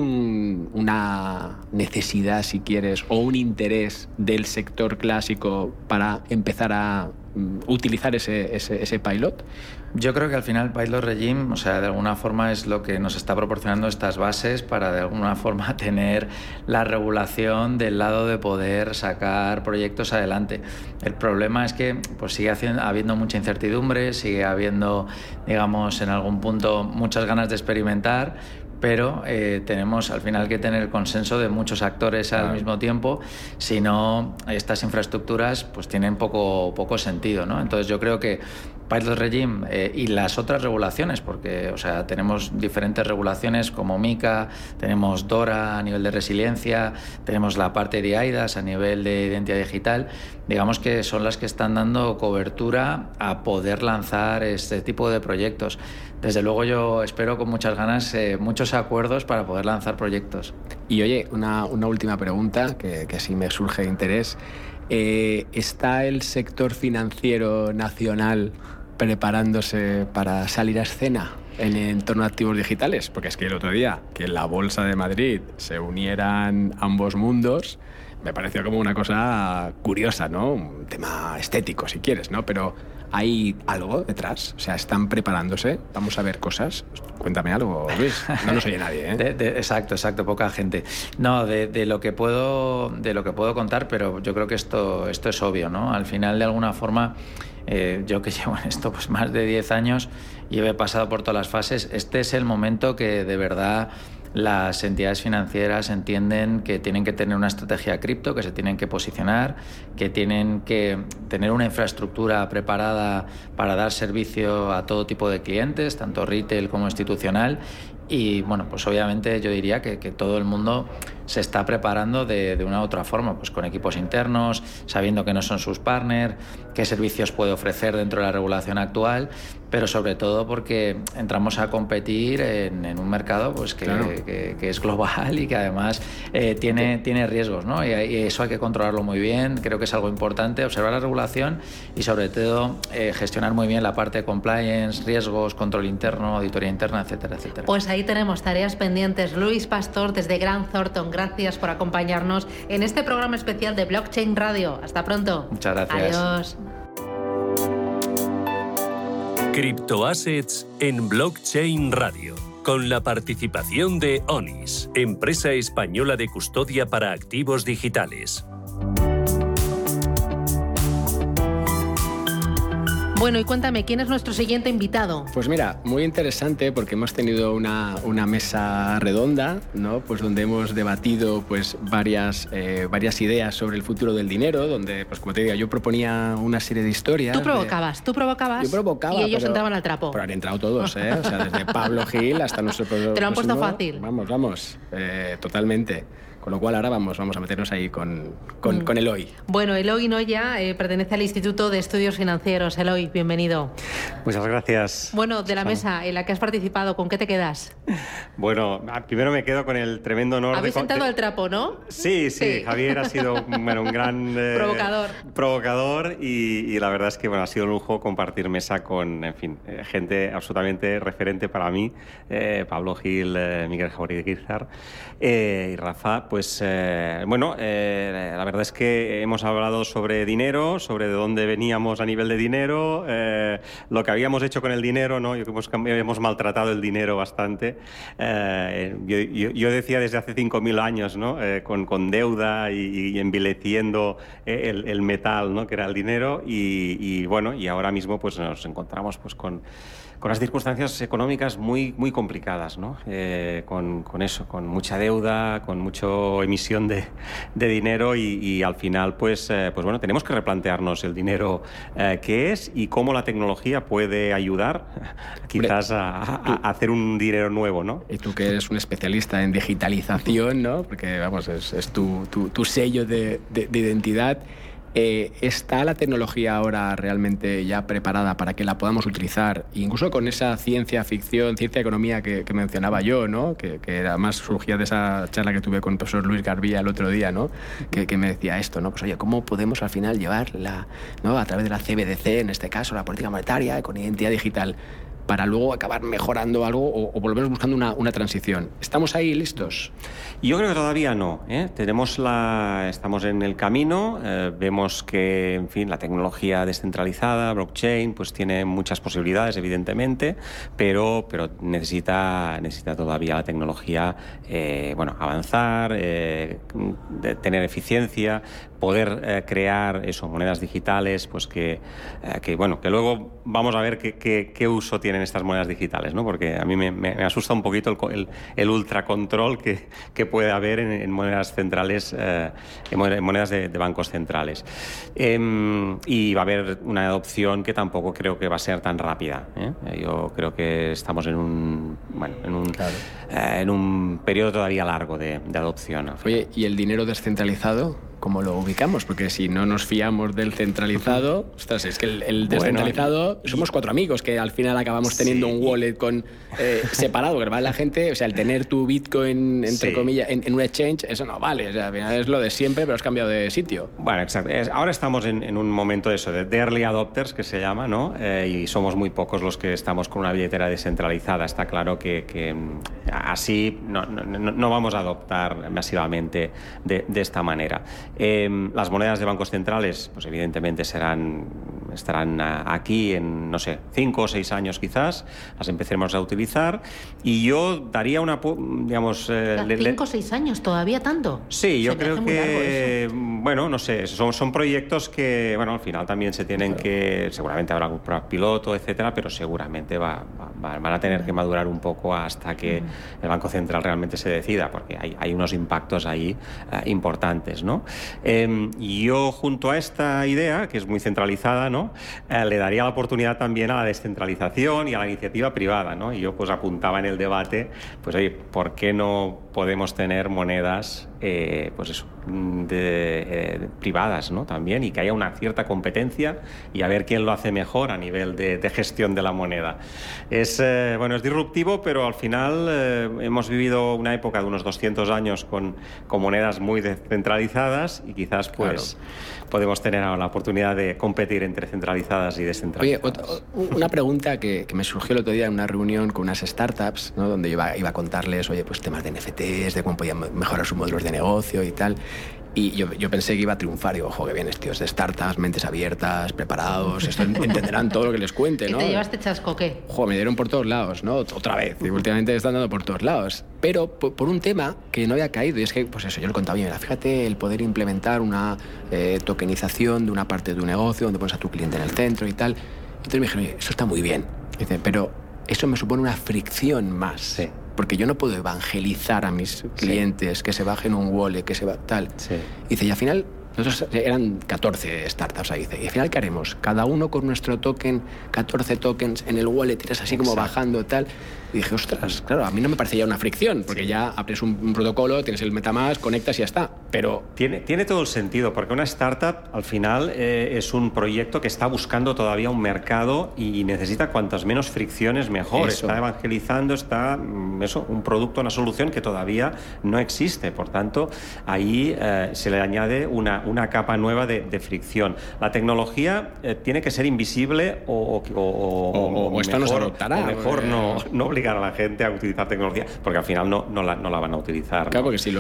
una necesidad, si quieres, o un interés del sector clásico para empezar a utilizar ese pilot? Yo creo que al final Pilot Regime, o sea, de alguna forma es lo que nos está proporcionando estas bases para de alguna forma tener la regulación del lado de poder sacar proyectos adelante. El problema es que pues sigue habiendo mucha incertidumbre, sigue habiendo, digamos, en algún punto muchas ganas de experimentar, pero tenemos al final que tener el consenso de muchos actores al mismo tiempo, si no estas infraestructuras pues tienen poco sentido, ¿no? Entonces yo creo que Pilot Regime y las otras regulaciones, porque o sea, tenemos diferentes regulaciones como MiCA, tenemos DORA a nivel de resiliencia, tenemos la parte de AIDAS a nivel de identidad digital, digamos que son las que están dando cobertura a poder lanzar este tipo de proyectos. Desde luego yo espero con muchas ganas muchos acuerdos para poder lanzar proyectos. Y oye, una última pregunta que sí me surge de interés. ¿Está el sector financiero nacional preparándose para salir a escena en entorno a activos digitales? Porque es que el otro día que en la Bolsa de Madrid se unieran ambos mundos me pareció como una cosa curiosa, ¿no? Un tema estético, si quieres, ¿no? Pero ¿hay algo detrás? O sea, ¿están preparándose? ¿Vamos a ver cosas? Cuéntame algo, Luis. No nos oye nadie, ¿eh? Exacto, poca gente. No, de lo que puedo contar, pero yo creo que esto es obvio, ¿no? Al final, de alguna forma, yo que llevo en esto pues más de 10 años y he pasado por todas las fases, este es el momento que de verdad las entidades financieras entienden que tienen que tener una estrategia cripto, que se tienen que posicionar, que tienen que tener una infraestructura preparada para dar servicio a todo tipo de clientes, tanto retail como institucional. Y bueno, pues obviamente yo diría que todo el mundo se está preparando de una u otra forma, pues con equipos internos, sabiendo que no son sus partners, qué servicios puede ofrecer dentro de la regulación actual, pero sobre todo porque entramos a competir en un mercado pues que es global y que además tiene riesgos, ¿no? Y eso hay que controlarlo muy bien. Creo que es algo importante, observar la regulación y sobre todo gestionar muy bien la parte de compliance, riesgos, control interno, auditoría interna, etcétera, etcétera. Pues ahí tenemos tareas pendientes. Luis Pastor, desde Grant Thornton, gracias por acompañarnos en este programa especial de Blockchain Radio. Hasta pronto. Muchas gracias. Adiós. Criptoassets en Blockchain Radio, con la participación de Onis, empresa española de custodia para activos digitales. Bueno, y cuéntame, ¿quién es nuestro siguiente invitado? Pues mira, muy interesante porque hemos tenido una mesa redonda, ¿no? Pues donde hemos debatido pues varias ideas sobre el futuro del dinero, donde, pues como te digo, yo proponía una serie de historias. Tú provocabas. Yo provocaba. Y ellos entraban al trapo. Pero han entrado todos, ¿eh? O sea, desde Pablo Gil hasta nuestro profesor. Te lo han puesto fácil. Vamos, totalmente. Con lo cual ahora vamos a meternos ahí con Eloy. Bueno, Eloy Noya pertenece al Instituto de Estudios Financieros. Eloy, bienvenido. Muchas gracias. Bueno, de la mesa en la que has participado, ¿con qué te quedas? Bueno, primero me quedo con el tremendo honor Habéis sentado al trapo, ¿no? Sí. Javier ha sido un gran provocador y la verdad es que ha sido un lujo compartir mesa con, en fin, gente absolutamente referente para mí, Pablo Gil, Miguel Jauregui-Guízar y Rafa. Pues la verdad es que hemos hablado sobre dinero, sobre de dónde veníamos a nivel de dinero, lo que habíamos hecho con el dinero, ¿no? Hemos maltratado el dinero bastante. Yo decía desde hace 5.000 años, ¿no? Con deuda y envileciendo el metal, ¿no? Que era el dinero, y bueno, y ahora mismo pues nos encontramos pues con las circunstancias económicas muy, muy complicadas, ¿no? Con eso, con mucha deuda, con mucha emisión de dinero, y al final pues bueno, tenemos que replantearnos el dinero qué es y cómo la tecnología puede ayudar quizás a hacer un dinero nuevo, ¿no? Y tú, que eres un especialista en digitalización, ¿no? Porque vamos, es tu sello de identidad. ¿Está la tecnología ahora realmente ya preparada para que la podamos utilizar? Incluso con esa ciencia ficción, ciencia economía que mencionaba yo, ¿no? Que además surgía de esa charla que tuve con el profesor Luis Garbía el otro día, ¿no? Que me decía esto, ¿no? Pues oye, ¿cómo podemos al final llevar ¿no? a través de la CBDC, en este caso, la política monetaria, con identidad digital, para luego acabar mejorando algo o por lo menos buscando una transición? ¿Estamos ahí listos? Yo creo que todavía no, ¿eh? Estamos en el camino, vemos que, en fin, la tecnología descentralizada, blockchain, pues tiene muchas posibilidades, evidentemente, pero necesita todavía la tecnología, avanzar, tener eficiencia, poder crear monedas digitales, pues que luego vamos a ver qué uso tienen estas monedas digitales, ¿no? Porque a mí me asusta un poquito el ultracontrol que puede haber en monedas centrales, en monedas de bancos centrales. Y va a haber una adopción que tampoco creo que va a ser tan rápida, ¿eh? Yo creo que estamos en un periodo todavía largo de adopción. Oye, ¿y el dinero descentralizado? ¿Cómo lo ubicamos? Porque si no nos fiamos del centralizado, ostras, es que el descentralizado, somos 4 amigos que al final acabamos teniendo un wallet separado, que vale la gente, o sea, el tener tu Bitcoin, entre comillas, en un exchange, eso no vale, o sea, al final es lo de siempre, pero has cambiado de sitio. Bueno, exacto. Ahora estamos en un momento de early adopters, que se llama, ¿no? Y somos muy pocos los que estamos con una billetera descentralizada. Está claro que así no vamos a adoptar masivamente de esta manera. Las monedas de bancos centrales, pues evidentemente estarán aquí en, no sé, 5 o 6 años quizás, las empecemos a utilizar, y yo daría digamos... 5 o 6 años, ¿todavía tanto? Sí, yo creo que, bueno, no sé, son proyectos que, bueno, al final también se tienen que, seguramente habrá algún piloto, etcétera, pero seguramente van a tener que madurar un poco hasta que el Banco Central realmente se decida, porque hay unos impactos ahí importantes, ¿no? Yo, junto a esta idea, que es muy centralizada, ¿no? Le daría la oportunidad también a la descentralización y a la iniciativa privada, ¿no? Y yo pues apuntaba en el debate, pues oye, ¿por qué no podemos tener monedas privadas, ¿no? También, y que haya una cierta competencia y a ver quién lo hace mejor a nivel de gestión de la moneda. Es disruptivo, pero al final hemos vivido una época de unos 200 años con monedas muy descentralizadas, y quizás pues podemos tener ahora la oportunidad de competir entre centralizadas y descentralizadas. Oye, una pregunta que me surgió el otro día en una reunión con unas startups, ¿no? Donde iba a contarles, oye, pues temas de NFTs, de cómo podían mejorar sus modelos de negocio y tal. Y yo pensé que iba a triunfar. Y ojo, que vienes, tíos de startups, mentes abiertas, preparados, esto entenderán todo lo que les cuente, ¿no? ¿Y te llevaste chasco qué? Ojo, me dieron por todos lados, ¿no? Otra vez. Y últimamente están dando por todos lados. Pero por un tema que no había caído, y es que, pues eso, yo lo contaba bien. Fíjate, el poder implementar una tokenización de una parte de un negocio donde pones a tu cliente en el centro y tal. Entonces me dijeron, oye, eso está muy bien. Dice, pero eso me supone una fricción más. Sí. Porque yo no puedo evangelizar a mis clientes que se bajen un wallet, que se va tal. Sí. Dice, y al final, nosotros eran 14 startups ahí. Dice, y al final, ¿qué haremos? Cada uno con nuestro token, 14 tokens en el wallet, tiras así como bajando tal. Y dije, ostras, claro, a mí no me parece ya una fricción, porque ya abres un protocolo, tienes el MetaMask, conectas y ya está. Pero tiene todo el sentido, porque una startup al final es un proyecto que está buscando todavía un mercado y necesita cuantas menos fricciones mejor. Está evangelizando, un producto, una solución que todavía no existe. Por tanto, ahí se le añade una capa nueva de fricción. La tecnología tiene que ser invisible o esto mejor, nos adoptará. O mejor no obligar a la gente a utilizar tecnología, porque al final no la van a utilizar. Claro, ¿no? porque si los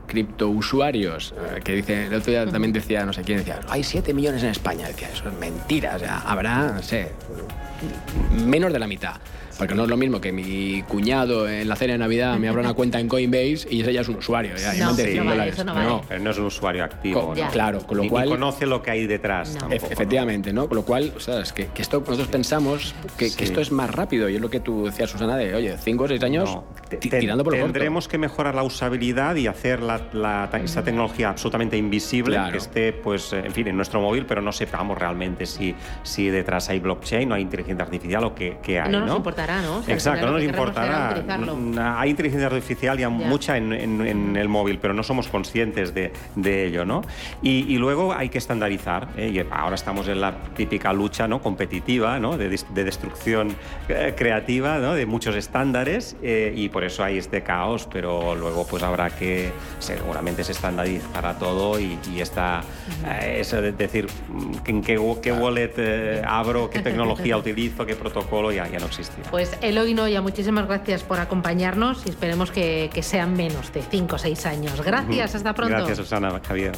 criptousuarios, que dice, el otro día también decía, no sé quién, decía, hay 7 millones en España. Decía, eso es mentira, o sea, habrá, no sé, menos de la mitad. Porque no es lo mismo que mi cuñado en la cena de Navidad me abra una cuenta en Coinbase y ese ya es un usuario. Ya, no, sí, vale, eso no vale. Pero no es un usuario activo. ¿no? Claro, con lo cual... Ni conoce lo que hay detrás. No. Tampoco, efectivamente, ¿no? Con lo cual, o sea, es que esto, nosotros pensamos que esto es más rápido. Y es lo que tú decías, Susana, de, oye, 5 o 6 años tirando por lo corto. Tendremos que mejorar la usabilidad y hacer esa tecnología absolutamente invisible, claro, que esté, pues, en fin, en nuestro móvil, pero no sepamos realmente si detrás hay blockchain o hay inteligencia artificial o qué hay, ¿no? No nos importará, ¿no? O sea, exacto, no nos importará. Hay inteligencia artificial ya mucha en el móvil, pero no somos conscientes de ello, ¿no? Y luego hay que estandarizar, y ahora estamos en la típica lucha, ¿no?, competitiva, ¿no?, de destrucción creativa, ¿no?, de muchos estándares, y por eso hay este caos, pero luego pues habrá que, seguramente se estandarizará todo y está eso de decir en qué wallet abro, qué tecnología utilizo, qué protocolo, ya no existirá. Pues Eloy Noya, muchísimas gracias por acompañarnos y esperemos que sean menos de 5 o 6 años. Gracias, hasta pronto. Gracias, Susana, Javier.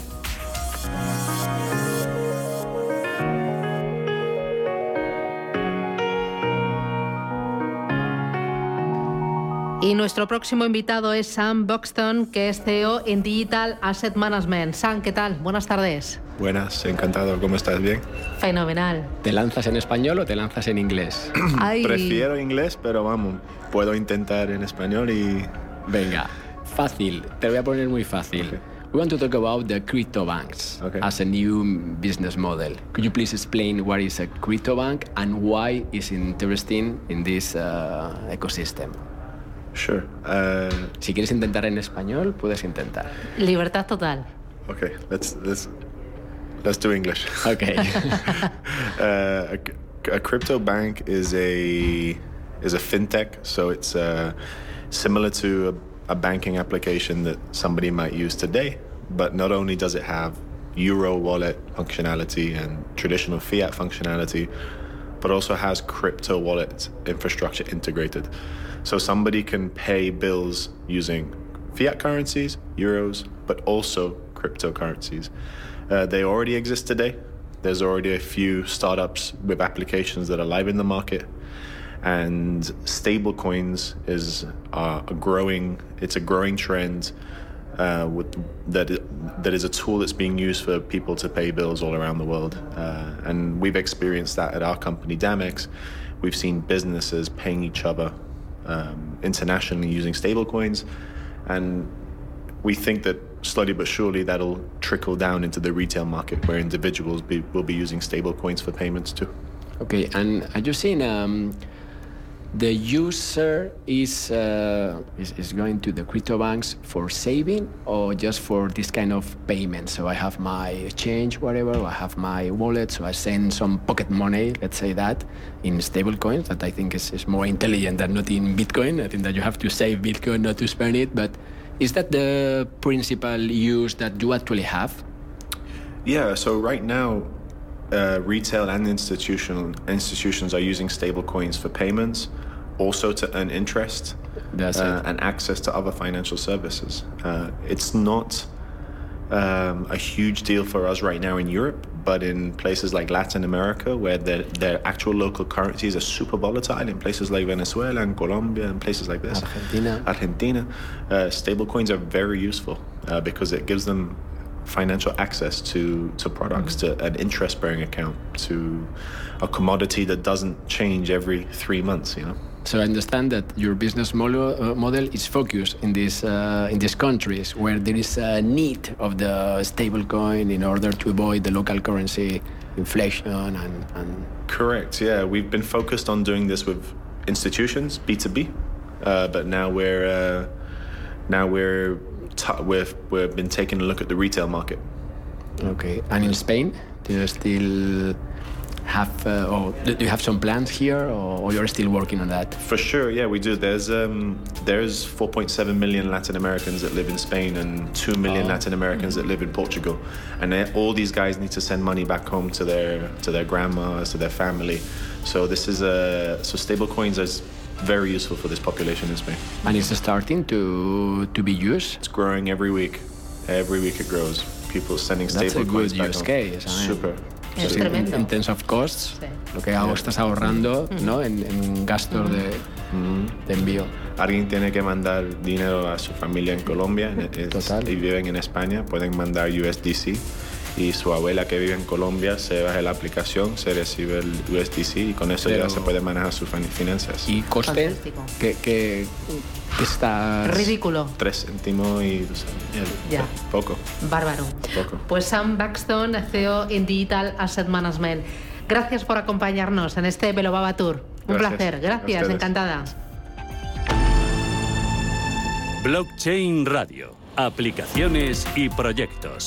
Y nuestro próximo invitado es Sam Buxton, que es CEO en Digital Asset Management. Sam, ¿qué tal? Buenas tardes. Buenas, encantado. ¿Cómo estás? ¿Bien? Fenomenal. ¿Te lanzas en español o te lanzas en inglés? Prefiero inglés, pero vamos, puedo intentar en español y... Venga, fácil. Te lo voy a poner muy fácil. Okay. We want to talk about the crypto banks as a new business model. Could you please explain what is a crypto bank and why it's interesting in this ecosystem? Sure. Si quieres intentar en español, puedes intentar. Libertad total. Okay, let's do English. Okay. A crypto bank is a fintech, so it's similar to a banking application that somebody might use today. But not only does it have Euro wallet functionality and traditional fiat functionality, but also has crypto wallet infrastructure integrated. So somebody can pay bills using fiat currencies, euros, but also cryptocurrencies. They already exist today. There's already a few startups with applications that are live in the market. And stablecoins is a growing trend that is a tool that's being used for people to pay bills all around the world. And we've experienced that at our company, Damex. We've seen businesses paying each other internationally using stablecoins, and we think that slowly but surely that'll trickle down into the retail market where individuals will be using stablecoins for payments too. Okay, and are you seeing the user is going to the crypto banks for saving or just for this kind of payment? So I have my exchange, whatever, or I have my wallet, so I send some pocket money, let's say that, in stable coins, that I think is more intelligent than not in Bitcoin. I think that you have to save Bitcoin, not to spend it. But is that the principal use that you actually have? Yeah, so right now, retail and institutions are using stable coins for payments, also to earn interest and access to other financial services. It's not a huge deal for us right now in Europe, but in places like Latin America, where their actual local currencies are super volatile, in places like Venezuela and Colombia and places like this, Argentina, stable coins are very useful because it gives them financial access to products, to an interest-bearing account, to a commodity that doesn't change every 3 months, you know. So I understand that your business model is focused in these countries where there is a need of the stable coin in order to avoid the local currency inflation and... Correct, yeah. We've been focused on doing this with institutions, B2B, but now we've been taking a look at the retail market. Okay, and in Spain, do you still have, or do you have some plans here, or you're still working on that? For sure, yeah, we do. There's 4.7 million Latin Americans that live in Spain and 2 million Latin Americans that live in Portugal, and all these guys need to send money back home to their grandmas, to their family. So this is so stable coins is very useful for this population in Spain. And it's starting to be used? It's growing every week. Every week it grows. People sending stable coins back home. Super. Es tremendo. In terms of costs, lo que estás ahorrando, ¿no? en gastos de envío. Alguien tiene que mandar dinero a su familia en Colombia y viven en España, pueden mandar USDC y su abuela que vive en Colombia se baja la aplicación, se recibe el USDC y con eso ya se puede manejar sus finanzas. ¿Y coste? ¿Qué está? Ridículo. 3 céntimos y ya. Poco. Bárbaro. Poco. Pues Sam Buxton, CEO en Digital Asset Management. Gracias por acompañarnos en este Belobaba Tour. Un placer. Gracias, encantada. Blockchain Radio. Aplicaciones y proyectos.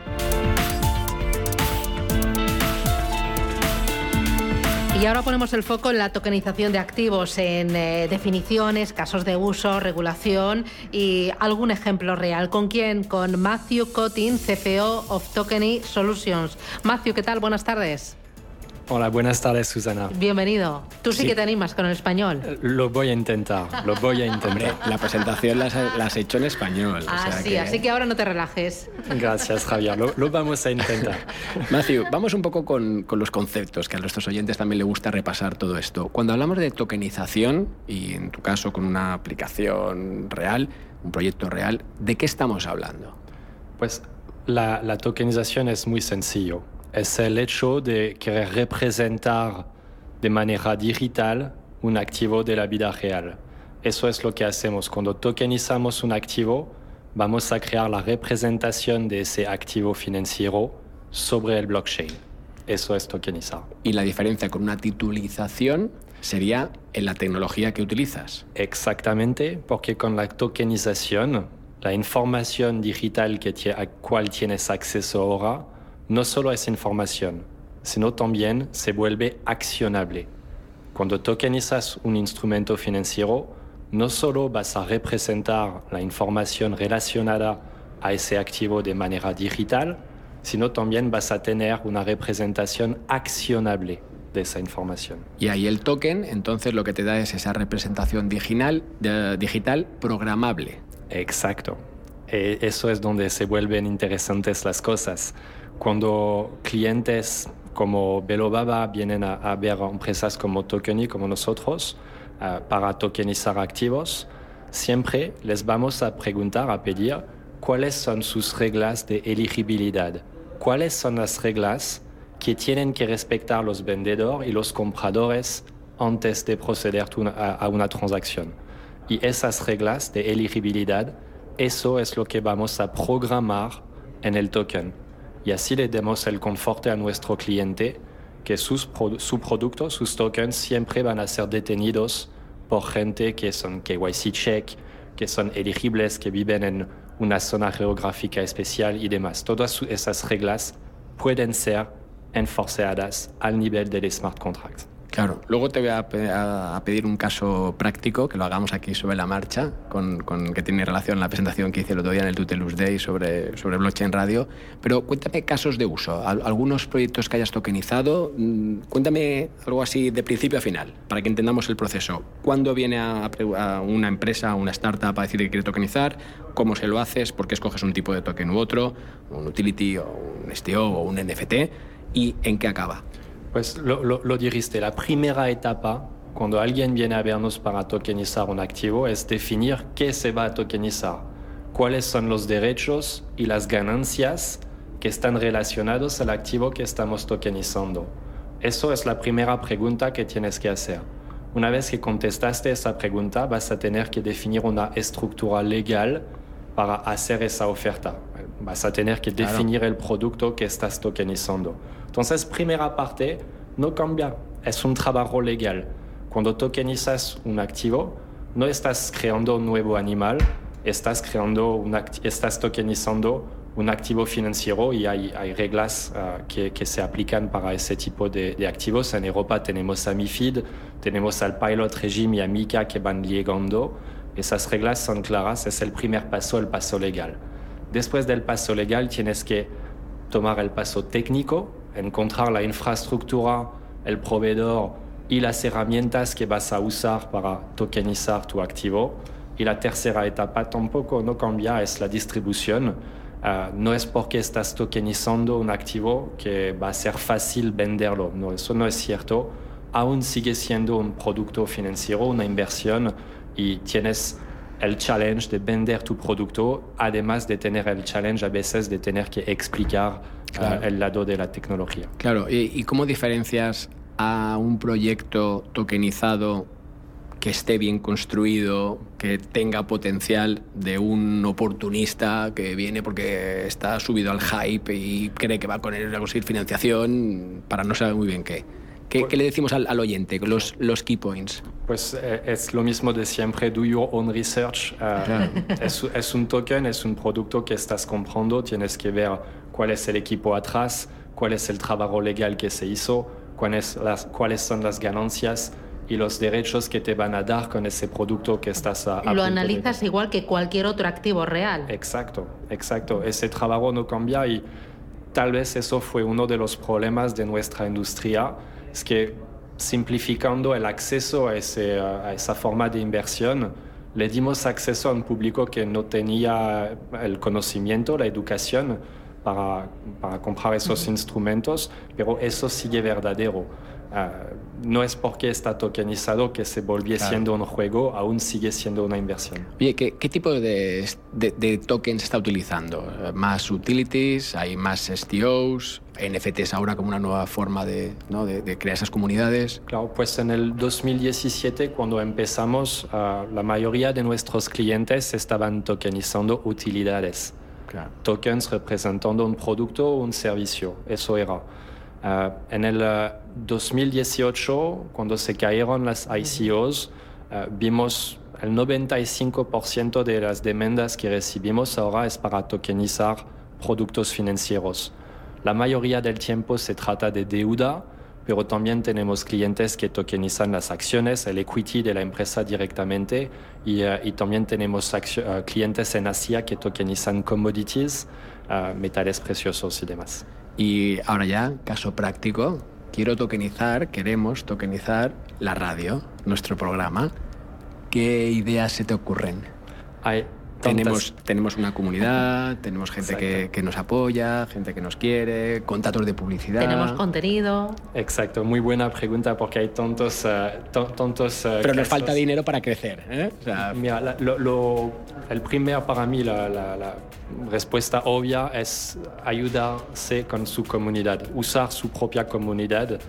Y ahora ponemos el foco en la tokenización de activos, en definiciones, casos de uso, regulación y algún ejemplo real. ¿Con quién? Con Matthew Cottin, CFO of Tokeny Solutions. Matthew, ¿qué tal? Buenas tardes. Hola, buenas tardes, Susana. Bienvenido. Tú sí que te animas con el español. Lo voy a intentar. Hombre, la presentación la has hecho en español. Así que ahora no te relajes. Gracias, Javier. Lo vamos a intentar. Matthew, vamos un poco con los conceptos, que a nuestros oyentes también les gusta repasar todo esto. Cuando hablamos de tokenización, y en tu caso con una aplicación real, un proyecto real, ¿de qué estamos hablando? Pues la tokenización es muy sencillo. Es el hecho de querer representar de manera digital un activo de la vida real. Eso es lo que hacemos. Cuando tokenizamos un activo, vamos a crear la representación de ese activo financiero sobre el blockchain. Eso es tokenizar. ¿Y la diferencia con una titulización sería en la tecnología que utilizas? Exactamente, porque con la tokenización, la información digital a cual tienes acceso ahora no solo es información, sino también se vuelve accionable. Cuando tokenizas un instrumento financiero, no solo vas a representar la información relacionada a ese activo de manera digital, sino también vas a tener una representación accionable de esa información. Y ahí el token, entonces lo que te da es esa representación digital programable. Exacto. Eso es donde se vuelven interesantes las cosas. Cuando clientes como Belobaba vienen a ver empresas como Tokeny, como nosotros, para tokenizar activos, siempre les vamos a preguntar, a pedir cuáles son sus reglas de elegibilidad, cuáles son las reglas que tienen que respetar los vendedores y los compradores antes de proceder a una transacción. Y esas reglas de elegibilidad, eso es lo que vamos a programar en el token. Y así le damos el confort a nuestro cliente que su producto, sus tokens, siempre van a ser detenidos por gente que son KYC check, que son elegibles, que viven en una zona geográfica especial y demás. Todas esas reglas pueden ser enforceadas al nivel del smart contract. Claro, luego te voy a pedir un caso práctico, que lo hagamos aquí sobre la marcha, que tiene relación a la presentación que hice el otro día en el Tutelus Day sobre Blockchain Radio. Pero cuéntame casos de uso, algunos proyectos que hayas tokenizado. Cuéntame algo así de principio a final, para que entendamos el proceso. ¿Cuándo viene a una empresa, a una startup a decir que quiere tokenizar? ¿Cómo se lo haces? ¿Por qué escoges un tipo de token u otro? ¿Un utility o un STO o un NFT? ¿Y en qué acaba? Pues lo dijiste, la primera etapa, cuando alguien viene a vernos para tokenizar un activo, es definir qué se va a tokenizar, cuáles son los derechos y las ganancias que están relacionados al activo que estamos tokenizando. Eso es la primera pregunta que tienes que hacer. Una vez que contestaste esa pregunta, vas a tener que definir una estructura legal para hacer esa oferta. Vas a tener que definir el producto que estás tokenizando. Entonces, primera parte, no cambia, es un trabajo legal. Cuando tokenizas un activo, no estás creando un nuevo animal, estás tokenizando un activo financiero y hay reglas que se aplican para ese tipo de activos. En Europa tenemos a MiFID, tenemos al Pilot Regime y a MiCA que van llegando. Esas reglas son claras, es el primer paso, el paso legal. Después del paso legal tienes que tomar el paso técnico, encontrar la infraestructura, el proveedor y las herramientas que vas a usar para tokenizar tu activo. Y la tercera etapa tampoco no cambia, es la distribución. No es porque estás tokenizando un activo que va a ser fácil venderlo. No, eso no es cierto. Aún sigue siendo un producto financiero, una inversión, y tienes el challenge de vender tu producto, además de tener el challenge a veces de tener que explicar el lado de la tecnología. Claro, ¿y cómo diferencias a un proyecto tokenizado que esté bien construido, que tenga potencial, de un oportunista que viene porque está subido al hype y cree que va a conseguir financiación para no saber muy bien qué? ¿Qué le decimos al oyente, los key points? Pues es lo mismo de siempre, do your own research. Es un token, es un producto que estás comprando, tienes que ver cuál es el equipo atrás, cuál es el trabajo legal que se hizo, cuáles son las ganancias y los derechos que te van a dar con ese producto que estás a Lo analizas igual que cualquier otro activo real. Exacto. Ese trabajo no cambia y tal vez eso fue uno de los problemas de nuestra industria, es que simplificando el acceso a esa forma de inversión, le dimos acceso a un público que no tenía el conocimiento, la educación para comprar esos instrumentos, pero eso sigue verdadero. No es porque está tokenizado que se volvió siendo un juego, aún sigue siendo una inversión. Oye, ¿qué tipo de tokens se está utilizando? ¿Más utilities? ¿Hay más STOs? ¿NFTs ahora como una nueva forma de crear esas comunidades? Claro, pues en el 2017, cuando empezamos, la mayoría de nuestros clientes estaban tokenizando utilidades. Claro. Tokens representando un producto o un servicio, eso era. En el 2018, cuando se cayeron las ICOs, vimos el 95% de las demandas que recibimos ahora es para tokenizar productos financieros. La mayoría del tiempo se trata de deuda, pero también tenemos clientes que tokenizan las acciones, el equity de la empresa directamente, y también tenemos clientes en Asia que tokenizan commodities, metales preciosos y demás. Y ahora ya, caso práctico, queremos tokenizar la radio, nuestro programa. ¿Qué ideas se te ocurren? Tenemos una comunidad, tenemos gente que nos apoya, gente que nos quiere, contratos de publicidad. Tenemos contenido. Exacto, muy buena pregunta porque hay tantos pero nos falta dinero para crecer, ¿eh? O sea, mira, el primer para mí, la respuesta obvia es ayudarse con su comunidad, usar su propia comunidad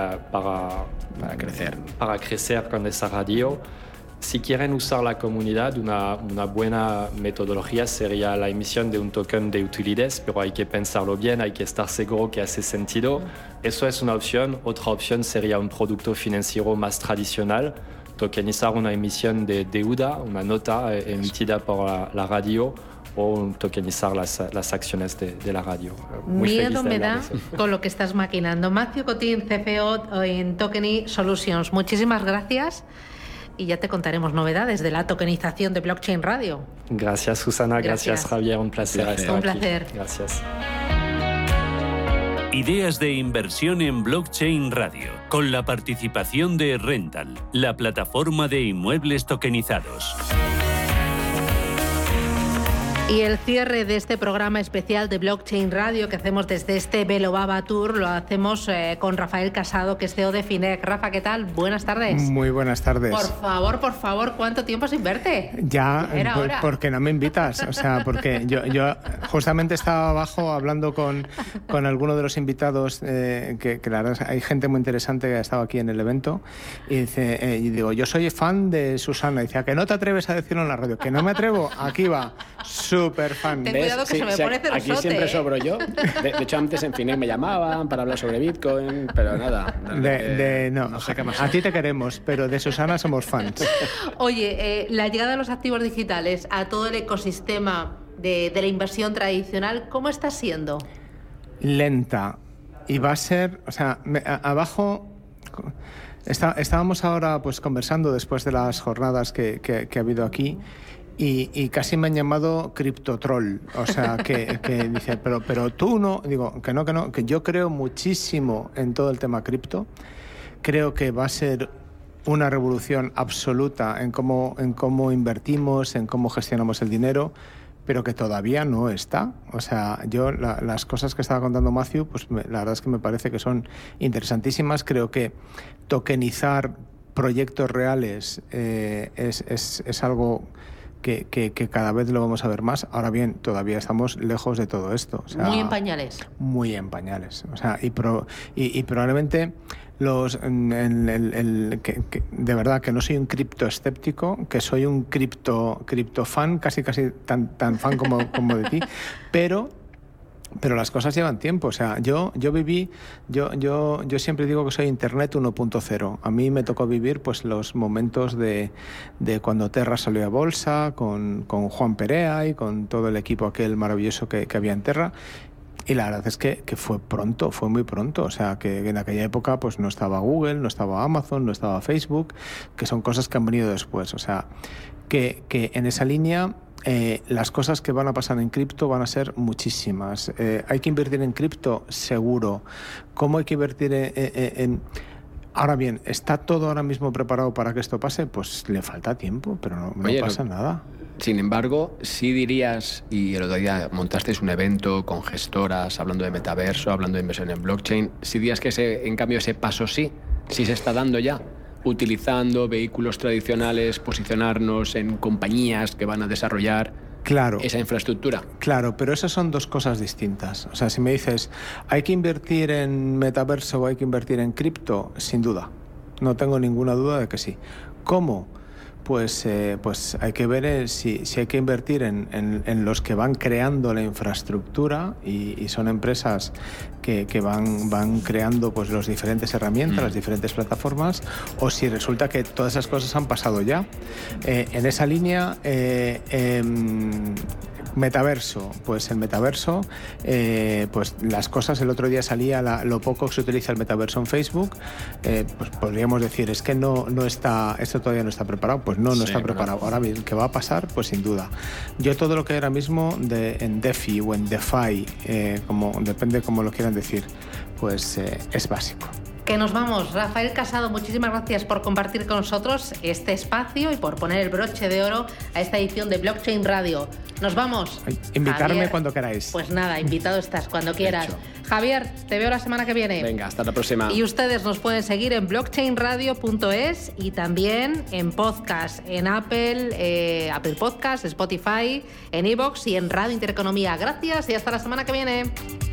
para crecer con esa radio. Si quieren usar la comunidad, una buena metodología sería la emisión de un token de utilidades, pero hay que pensarlo bien, hay que estar seguro que hace sentido. Eso es una opción. Otra opción sería un producto financiero más tradicional, tokenizar una emisión de deuda, una nota emitida por la radio, o tokenizar las acciones de la radio. Miedo me da con lo que estás maquinando. Matthew Cotín, CFO en Tokeny Solutions. Muchísimas gracias. Y ya te contaremos novedades de la tokenización de Blockchain Radio. Gracias, Susana. Gracias, Javier. Un placer estar aquí. Un placer. Gracias. Ideas de inversión en Blockchain Radio, con la participación de Rental, la plataforma de inmuebles tokenizados. Y el cierre de este programa especial de Blockchain Radio que hacemos desde este Velobaba Tour lo hacemos con Rafael Casado, que es CEO de Finec. Rafa, ¿qué tal? Buenas tardes. Muy buenas tardes. Por favor, ¿cuánto tiempo sin verte? Ya, porque no me invitas. O sea, porque yo justamente estaba abajo hablando con alguno de los invitados, que la verdad hay gente muy interesante que ha estado aquí en el evento, y dice, y digo, yo soy fan de Susana. Y dice, ¿a que no te atreves a decirlo en la radio? Que no me atrevo. Aquí va. Súper fan. Ten cuidado que se me pone cerosote. Aquí siempre sobro yo. De hecho, antes en Finec me llamaban para hablar sobre Bitcoin, pero nada. No sé qué más. A ti te queremos, pero de Susana somos fans. Oye, la llegada de los activos digitales a todo el ecosistema de la inversión tradicional, ¿cómo está siendo? Lenta. Y va a ser, o sea, abajo... Estábamos ahora pues conversando después de las jornadas que ha habido aquí. Y casi me han llamado criptotroll, o sea, que dice, pero tú no, digo, que no, que yo creo muchísimo en todo el tema cripto, creo que va a ser una revolución absoluta en cómo invertimos, en cómo gestionamos el dinero, pero que todavía no está. O sea, yo las cosas que estaba contando Matthew, pues la verdad es que me parece que son interesantísimas. Creo que tokenizar proyectos reales es algo que cada vez lo vamos a ver más. Ahora bien, todavía estamos lejos de todo esto. O sea, muy en pañales. Muy en pañales. O sea, y probablemente de verdad que no soy un criptoescéptico, que soy un cripto fan, casi tan fan como de ti, pero las cosas llevan tiempo. O sea, yo siempre digo que soy Internet 1.0. A mí me tocó vivir pues los momentos de cuando Terra salió a bolsa, con Juan Perea y con todo el equipo aquel maravilloso que había en Terra. Y la verdad es que fue muy pronto. O sea, que en aquella época pues no estaba Google, no estaba Amazon, no estaba Facebook, que son cosas que han venido después. O sea, que en esa línea las cosas que van a pasar en cripto van a ser muchísimas. ¿Hay que invertir en cripto? Seguro. ¿Cómo hay que invertir en...? Ahora bien, ¿está todo ahora mismo preparado para que esto pase? Pues le falta tiempo, pero no pasa nada. Sin embargo, sí dirías, y el otro día montasteis un evento con gestoras hablando de metaverso, hablando de inversión en blockchain, sí dirías que en cambio ese paso sí se está dando ya, utilizando vehículos tradicionales, posicionarnos en compañías que van a desarrollar esa infraestructura. Claro, pero esas son dos cosas distintas. O sea, si me dices, ¿hay que invertir en metaverso o hay que invertir en cripto? Sin duda. No tengo ninguna duda de que sí. ¿Cómo? Pues hay que ver si hay que invertir en los que van creando la infraestructura y son empresas que van creando pues las diferentes herramientas, las diferentes plataformas, o si resulta que todas esas cosas han pasado ya. En esa línea, metaverso, pues el metaverso, pues las cosas, el otro día salía lo poco que se utiliza el metaverso en Facebook, pues podríamos decir, es que esto todavía no está preparado. Pues no está preparado. Ahora bien, ¿qué va a pasar? Pues sin duda. Yo todo lo que ahora mismo en DeFi o en DeFi, depende cómo lo quieran decir, pues es básico. Que nos vamos. Rafael Casado, muchísimas gracias por compartir con nosotros este espacio y por poner el broche de oro a esta edición de Blockchain Radio. Nos vamos. Invitarme Javier, cuando queráis. Pues nada, invitado estás cuando quieras. Javier, te veo la semana que viene. Venga, hasta la próxima. Y ustedes nos pueden seguir en blockchainradio.es y también en podcast, en Apple Podcast, Spotify, en iVoox y en Radio Intereconomía. Gracias y hasta la semana que viene.